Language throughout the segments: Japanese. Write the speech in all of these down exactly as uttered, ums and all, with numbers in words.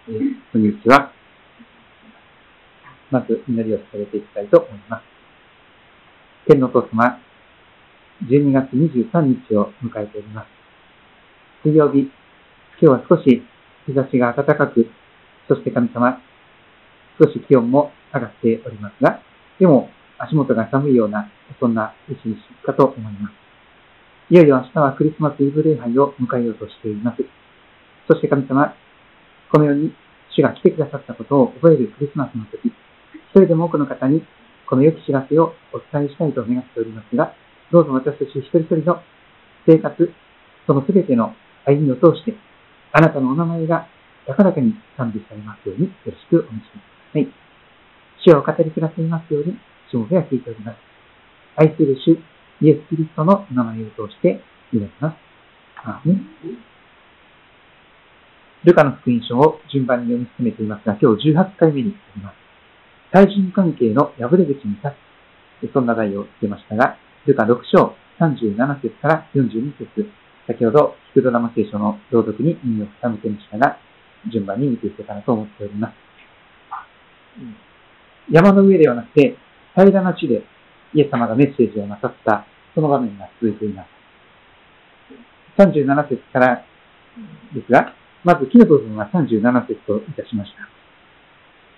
えー、こんにちは。まず祈りをされていきたいと思います。天のお父様、じゅうにがつにじゅうさんにちを迎えております。水曜日、今日は少し日差しが暖かく、そして神様、少し気温も上がっておりますが、でも足元が寒いような、そんな一日かと思います。いよいよ明日はクリスマスイブ礼拝を迎えようとしています。そして神様、このように主が来てくださったことを覚えるクリスマスの時、一人でも多くの方にこの良き知らせをお伝えしたいと願っておりますが、どうぞ私たち一人一人の生活、そのすべての歩みを通して、あなたのお名前が高らかに賛美されますようによろしくお願いします。はい。主をお語りくださいますように、しもべは聞いております。愛する主、イエス・キリストのお名前を通して祈ります。アーメン。ルカの福音書を順番に読み進めていますが、今日じゅうはちかいめになります。対人関係の破れ口に立つ。そんな題をつけましたが、ルカろくしょうさんじゅうななせつからよんじゅうにせつ、先ほど、ヒクドラマ聖書の朗読に耳を傾けましたが、順番に見ていけたらと思っております。山の上ではなくて、平らな地でイエス様がメッセージをなさった、その場面が続いています。さんじゅうななせつからですが、まず木の部分はさんじゅうななせつといたしました。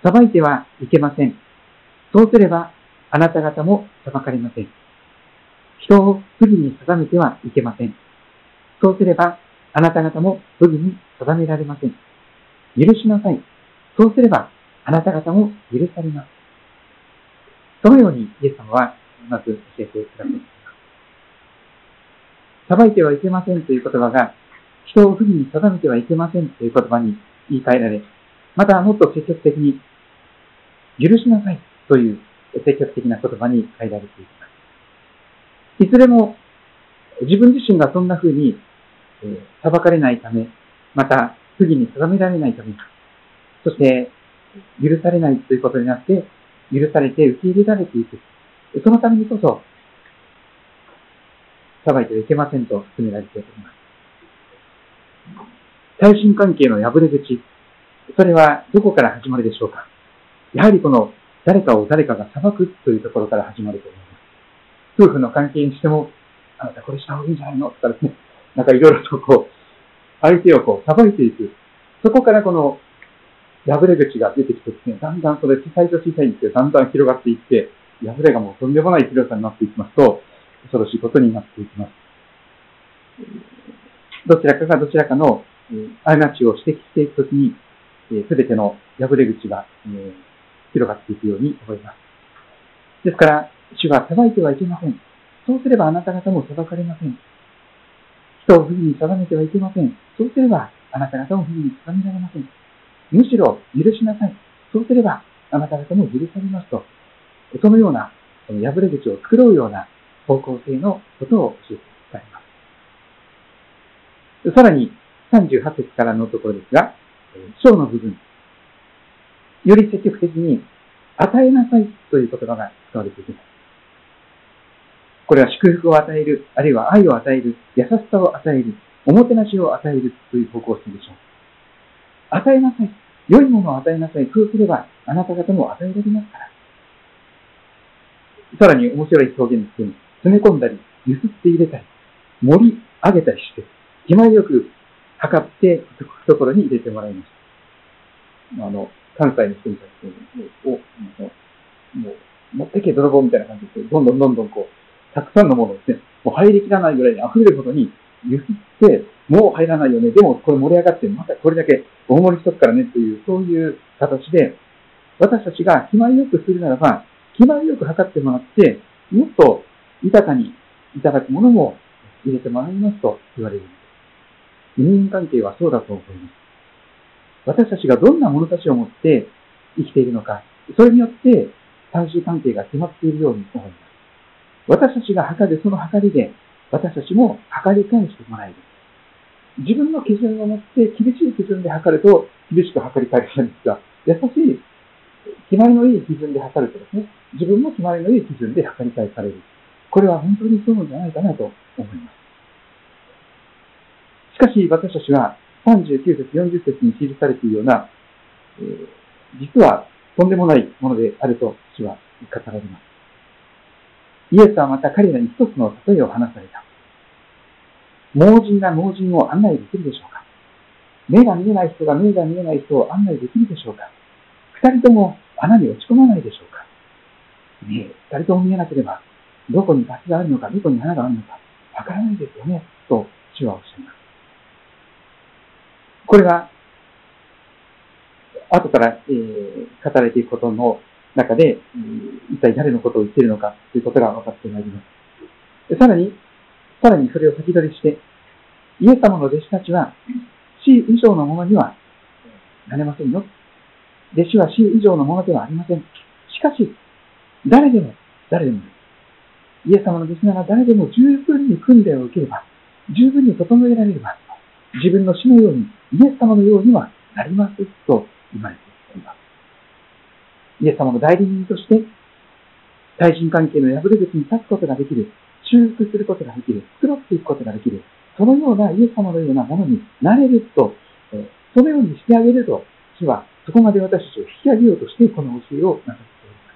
裁いてはいけません。そうすれば、あなた方も裁かれません。人を不義に定めてはいけません。そうすれば、あなた方も不義に定められません。許しなさい。そうすれば、あなた方も許されます。そのように、イエス様は、まず教えてくださいます。裁いてはいけませんという言葉が、人を不義に定めてはいけませんという言葉に言い換えられ、またもっと積極的に、許しなさいという積極的な言葉に変えられていきます。いずれも、自分自身がそんな風に、えー、裁かれないため、また不義に定められないため、そして許されないということになって、許されて受け入れられていく。そのためにこそ、裁いてはいけませんと勧められています。対人関係の破れ口、それはどこから始まるでしょうか。やはりこの誰かを誰かが裁くというところから始まると思います。夫婦の関係にしても、あなたこれした方がいいんじゃないのって言ったらね、なんかいろいろとこう、相手をこう裁いていく。そこからこの破れ口が出てきてですね、だんだんそれ小さいと小さいんですけど、だんだん広がっていって、破れがもうとんでもない広さになっていきますと、恐ろしいことになっていきます。どちらかがどちらかの過ちを指摘していくときに、すべての破れ口が広がっていくように思います。ですから、主は裁いてはいけません。そうすればあなた方も裁かれません。人を不義に定めてはいけません。そうすればあなた方も不義に定められません。むしろ許しなさい。そうすればあなた方も許されますと、そのようなその破れ口を作ろうような方向性のことを教えてくださいます。さらにさんじゅうはちせつからのところですが、章の部分、より積極的に与えなさいという言葉が使われています。これは祝福を与える、あるいは愛を与える、優しさを与える、おもてなしを与えるという方向性でしょう。与えなさい。良いものを与えなさい。そうすればあなた方も与えられますから。さらに面白い表現ですけど、詰め込んだり、ゆすって入れたり、盛り上げたりして、気前よく測って懐に入れてもらいました。あの、関西の人に対して、お、もう、持ってけ泥棒みたいな感じで、どんどんどんどんこう、たくさんのものをですね、もう入りきらないぐらいに溢れるほどにゆすって、もう入らないよね。でもこれ盛り上がって、またこれだけ大盛りしとくからねっていう、そういう形で、私たちが気前よくするならば、気前よく測ってもらって、もっと豊かにいただくものも入れてもらいますと言われるんです。人間関係はそうだと思います。私たちがどんな物差しを持って生きているのか、それによって対人関係が決まっているように思います。私たちが測るその測りで、私たちも測り返してもらえる。自分の基準を持って厳しい基準で測ると厳しく測り返すんですが、優しい決まりのいい基準で測るとですね、自分も決まりのいい基準で測り返される。これは本当にそうなんじゃないかなと思います。しかし私たちはさんじゅうきゅうせつ、よんじゅっせつに記されているようなえー、実はとんでもないものであると主は語られます。イエスはまた彼らに一つの例えを話された。盲人が盲人を案内できるでしょうか。目が見えない人が目が見えない人を案内できるでしょうか。二人とも穴に落ち込まないでしょうか。ねえ、二人とも見えなければ、どこにバスがあるのか、どこに穴があるのか、わからないですよね、と主はおっしゃいます。これが、後から、えー、語られていくことの中で、一体誰のことを言っているのかということが分かってまいります。さらに、さらにそれを先取りして、イエス様の弟子たちは、死以上のものにはなれませんよ。弟子は死以上のものではありません。しかし、誰でも、誰でも、イエス様の弟子なら誰でも十分に訓練を受ければ、十分に整えられれば、自分の死のように、イエス様のようにはなりますと言われています。イエス様の代理人として、対人関係の破れ口に立つことができる、修復することができる、繕っていくことができる、そのようなイエス様のようなものになれると、そのようにしてあげると、主はそこまで私たちを引き上げようとして、この教えをなさっています。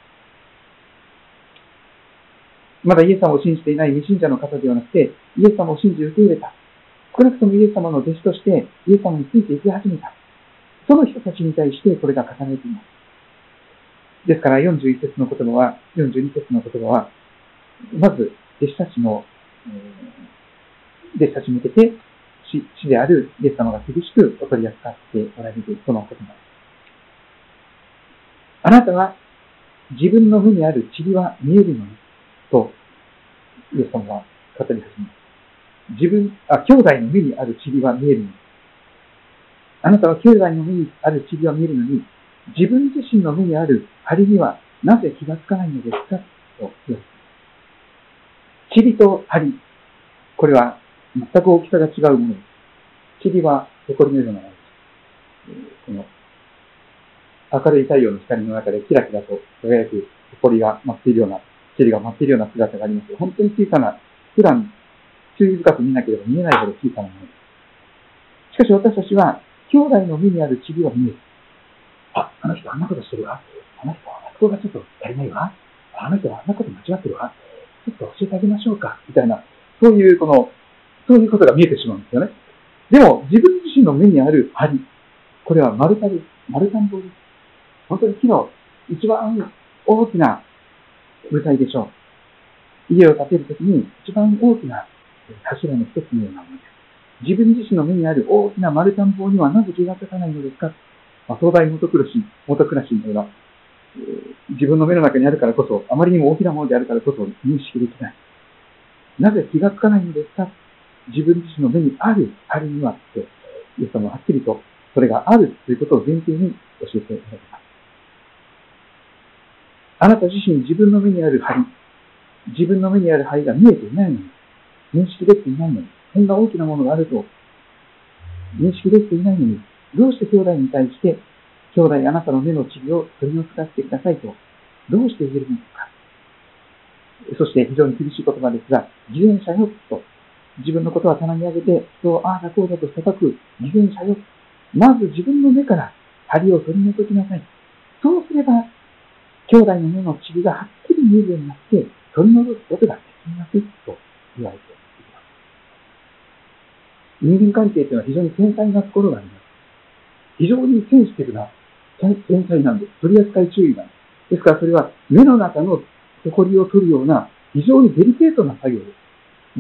まだイエス様を信じていない未信者の方ではなくて、イエス様を信じ受け入れた。少なくともイエス様の弟子として、イエス様についていき始めた。その人たちに対してこれが語られています。ですからよんじゅういち節の言葉は、よんじゅうに節の言葉は、まず弟子たちの、えー、弟子たちに向けて死、死であるイエス様が厳しくお取り扱っておられるその言葉です。あなたは自分の目にある塵は見えるのに、とイエス様は語り始めます。自分、あ、兄弟の目にある塵は見えるのに。あなたは兄弟の目にある塵は見えるのに、自分自身の目にある針にはなぜ気がつかないのですかと言われます。塵と針、これは全く大きさが違うものです。塵は埃のようなものです。この明るい太陽の光の中でキラキラと輝く埃が舞っているような、塵が舞っているような姿があります。本当に小さな、普段注意深く見なければ見えないほど小さなものです。しかし私たちは、兄弟の目にある塵は見える。あ、あの人あんなことしてるわ。あの人はあそこがちょっと足りないわ。あの人はあんなこと間違ってるわ。ちょっと教えてあげましょうか。みたいな、そういうこの、そういうことが見えてしまうんですよね。でも、自分自身の目にある針。これは丸太です。丸太棒です。本当に木の一番大きな舞台でしょう。家を建てるときに一番大きな柱の一つのようなものです。自分自身の目にある大きな丸太棒にはなぜ気がつかないのですか。まあ、東大元暮らし、元暮らしのような、えー、自分の目の中にあるからこそ、あまりにも大きなものであるからこそ認識できない。なぜ気がつかないのですか。自分自身の目にある針にはって、イエス様ははっきりとそれがあるということを前提に教えていただきます。あなた自身自分の目にある針、自分の目にある針が見えていないのに、認識できていないのに、こんな大きなものがあると認識できていないのに、どうして兄弟に対して、兄弟あなたの目の塵を取り除かせてくださいと、どうして言えるのか。そして非常に厳しい言葉ですが、義援者よと、自分のことは棚に上げて、人をああだこうだと叩く義援者よ。まず自分の目から針を取り除きなさい。そうすれば、兄弟の目の塵がはっきり見えるようになって、取り除くことができますと言われています。人間関係というのは非常に繊細なところがあります。非常にセンシティブな繊細なんです。取り扱い注意なんです。ですからそれは目の中の埃を取るような非常にデリケートな作業です。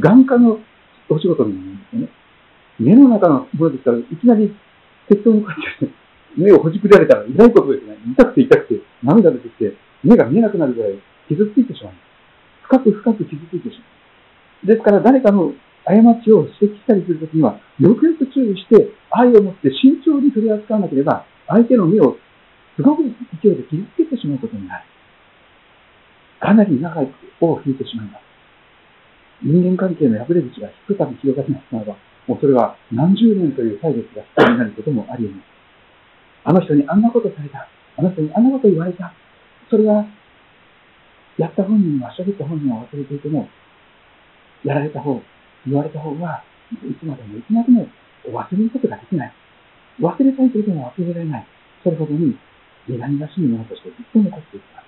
眼科のお仕事になるんですよね。目の中のものですから、いきなり適当にこうやって目をほじくられたら痛いことですね。痛くて痛くて涙出てきて目が見えなくなるぐらい傷ついてしまう。深く深く傷ついてしまう。ですから誰かの過ちを指摘したりするときには、よくよく注意して愛を持って慎重に取り扱わなければ、相手の目をすごく勢いで傷つけてしまうことになる。かなり長い尾を引いてしまいます。人間関係の破れ口がひとたび広がりますならば、もうそれは何十年という歳月が必要になることもあり得ます。あの人にあんなことされた。あの人にあんなこと言われた。それは、やった本人は、喋った本人は忘れていても、やられた方、言われた方は、いつまでもいつまでも忘れることができない。忘れたいということも忘れられない。 それほどに苦々しいものとしてずっと残っていきます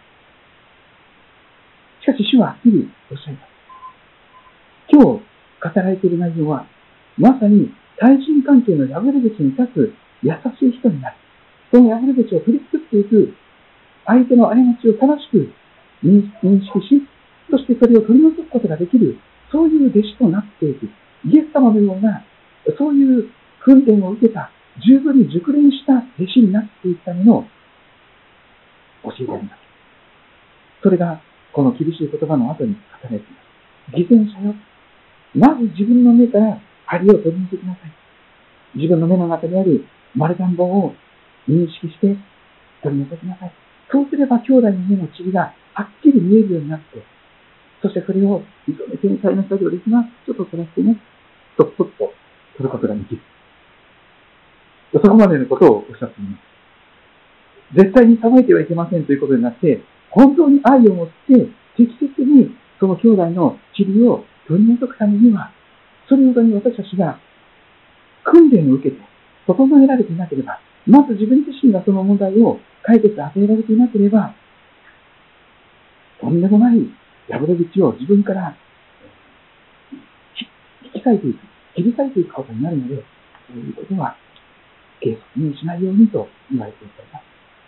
。しかし主ははっきりおっしゃいます。今日語られている内容は、まさに対人関係の破るべきに立つ優しい人になる。その破るべきを取り作っていく、相手の過ちを正しく認識し、そしてそれを取り除くことができる、そういう弟子となっていく。イエス様のような、そういう訓練を受けた、十分に熟練した弟子になっていくための教えであります。それが、この厳しい言葉の後に書かれています。偽善者よ。まず自分の目から針を取り除きなさい。自分の目の中にある丸田んぼを認識して取り除きなさい。そうすれば兄弟の目の塵がはっきり見えるようになって、そしてそれを非常に繊細な作業ですが、ちょっとそらしてね、とっとっと取ることができる。そこまでのことをおっしゃっています。絶対に裁いてはいけませんということになって、本当に愛を持って適切にその兄弟の塵を取り除くためには、それほどに私たちが訓練を受けて整えられていなければ、まず自分自身がその問題を解決与えられていなければ、とんでもない破れ口を自分から引き裂いていく、切り裂いていくことになるので、そういうことは軽率にしないようにと言われています。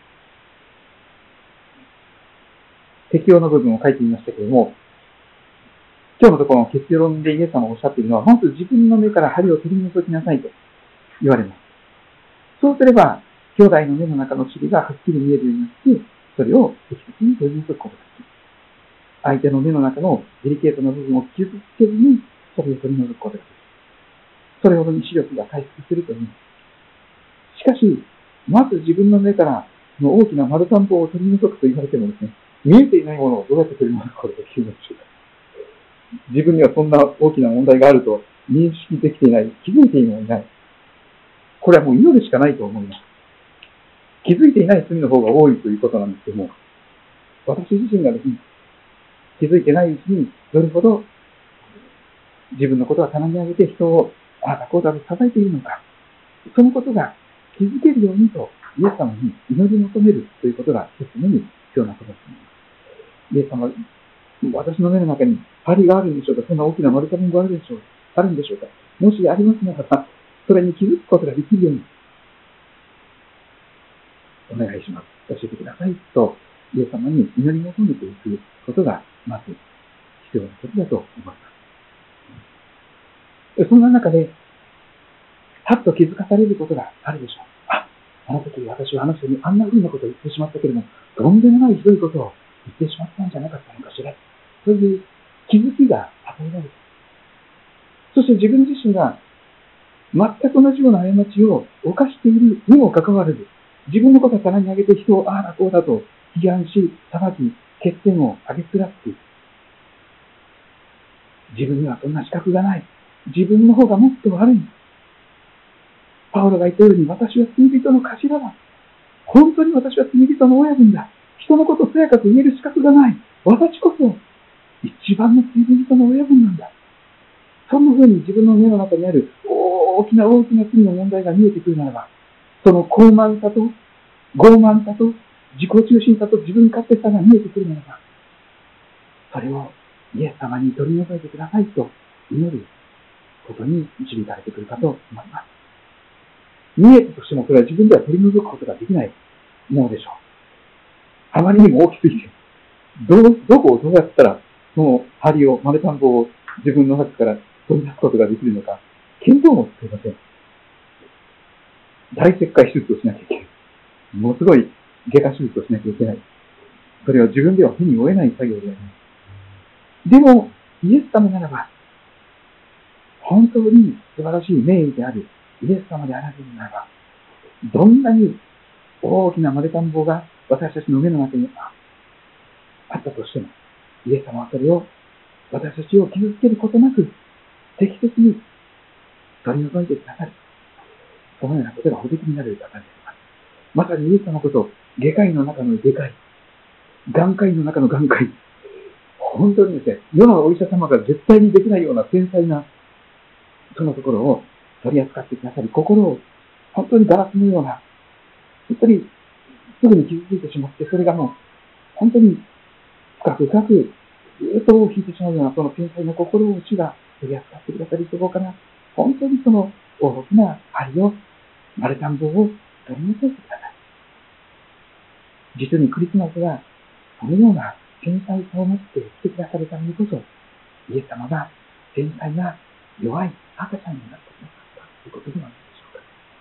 適用の部分を書いてみましたけれども、今日のところの結論でイエス様がおっしゃっているのは、まず自分の目から針を取り除きなさいと言われます。そうすれば、兄弟の目の中の塵がはっきり見えるようになって、それを適切に取り除くことができる。相手の目の中のデリケートな部分を傷つけずに、それを取り除くことができる。それほどに視力が回復するという。しかし、まず自分の目からの大きな丸太んぼを取り除くと言われてもですね、見えていないものをどうやって取り除くことができるのでしょうか。自分にはそんな大きな問題があると認識できていない、気づいていもいない。これはもう祈るしかないと思います。気づいていない罪の方が多いということなんですけども、私自身がですね、気づいてないうちにどれほど自分のことは棚に上げて人をああだこうだと叩いているのか、そのことが気づけるようにとイエス様に祈り求めるということが一つのに必要なことだと思います。イエス様、私の目の中に針があるんでしょうか、そんな大きな丸太があるでしょうあるんでしょうか、もしありますならば、それに気づくことができるようにお願いします。教えてくださいと、イエス様に祈り求めていくことが、まず必要なことだと思います。そんな中で、はっと気づかされることがあるでしょう。あ、あの時私はあの人にあんな風なことを言ってしまったけれども、とんでもないひどいことを言ってしまったんじゃなかったのかしら。そういう気づきが与えられる。そして自分自身が全く同じような過ちを犯しているにもかかわらず、自分のことを棚に上げて人をああだこうだと批判し、裁き、欠点を上げつらっている。自分にはそんな資格がない。自分の方がもっと悪い。パウロが言ったように、私は罪人の頭だ。本当に私は罪人の親分だ。人のことをとやかく言える資格がない。私こそ一番の罪人の親分なんだ。そんな風に自分の目の中にある大きな大きな罪の問題が見えてくるならば、その高慢さと傲慢さと自己中心さと自分勝手さが見えてくるならば、それをイエス様に取り除いてくださいと祈ることに導かれてくるかと思います。見えたとしても、それは自分では取り除くことができないものでしょう。あまりにも大きすぎて、どう、どこをどうやったら、その針を、丸田んぼを自分の中から取り出すことができるのか、見当もつけません。大切開手術をしなきゃいけない。ものすごい外科手術をしなきゃいけない。それは自分では手に負えない作業であります。でも、イエス様ならば、本当に素晴らしい名医であるイエス様であられるならば、どんなに大きな丸田んぼが私たちの目の中にあったとしても、イエス様はそれを私たちを傷つけることなく、適切に取り除いてくださる。そのようなことがおできになる方であります。まさにイエス様のこと、外科医の中の外科医、眼科医の中の眼科医、本当にですね、世のお医者様が絶対にできないような繊細な、そのところを取り扱ってくださり、心を本当にガラスのような、本当にすぐに傷ついてしまって、それがもう、本当に深く深く、ずっと尾を引いてしまうような、その天才な心を主が取り扱ってくださり、そこから、本当にその大きな針を、丸田んぼを取り除いてください。実にクリスマスは、そのような天才さを持って来てくださるためにこそ、イエス様が天才な弱い赤ちゃんになってくださったということではないでしょ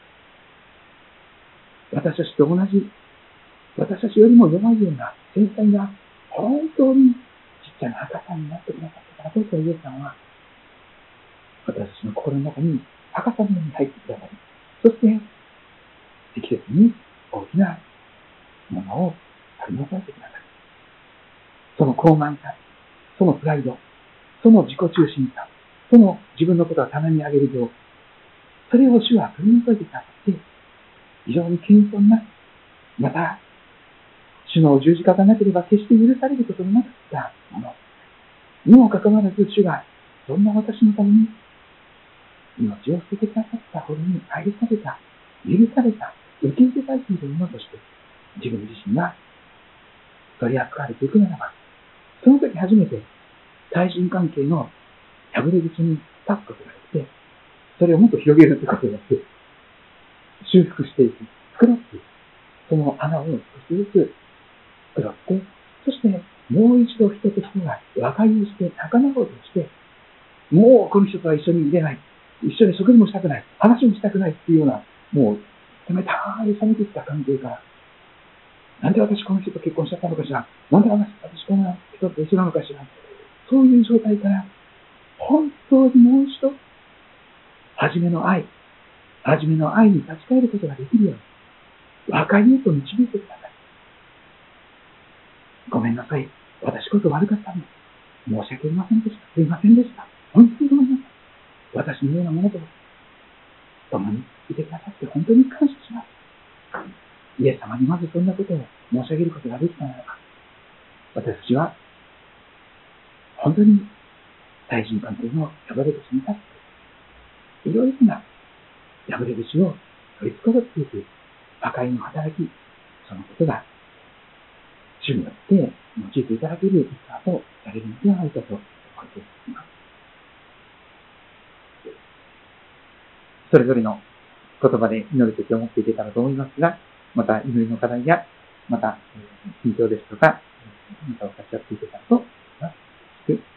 うか。私たちと同じ、私たちよりも弱いような天才が本当にちっちゃな赤ちゃんになってくださったからこそ、イエス様は私たちの心の中に赤ちゃんのように入ってくださり、そして適切に大きなものを取り除いてください。その傲慢さ、そのプライド、その自己中心さ、その自分のことは棚に上げる病、それを主は取り除いてくださって、非常に謙遜な、また、主の十字架がなければ決して許されることのなかったものにもかかわらず、主がそんな私のために命を捨ててくださったほどに愛された、許された、受け入れられているものとして、自分自身が取り扱われていくならば、その時初めて対人関係の破れ口に立つことができて、それをもっと広げるということになって、修復していく、繕っていく、その穴を少しずつ繕って、そしてもう一度人と人が和解をして仲直りをして、もうこの人とは一緒にいれない、一緒に食事もしたくない、話もしたくないっていうような、もう冷たい冷めてきた関係から、なんで私この人と結婚しちゃったのかしら、なんで私この人と一緒なのかしら、そういう状態から、本当にもう一度、初めの愛、初めの愛に立ち返ることができるように、和解へと導いてください。ごめんなさい。私こそ悪かったの。申し訳ありませんでした。すいませんでした。本当にごめんなさい。私のようなものと共にいてくださって本当に感謝します。イエス様にまずそんなことを申し上げることができたならば、私たちは本当に対人関係の破れ口に立って、いろいろな破れ口を取り繕っていく和解の働き、そのことが主によって用いていただける一派とされるのではないかと思っています。それぞれの言葉で祈るときを持っていけたらと思いますが、また祈りの課題や、また近況ですとか、また分かち合っていけたらと思います。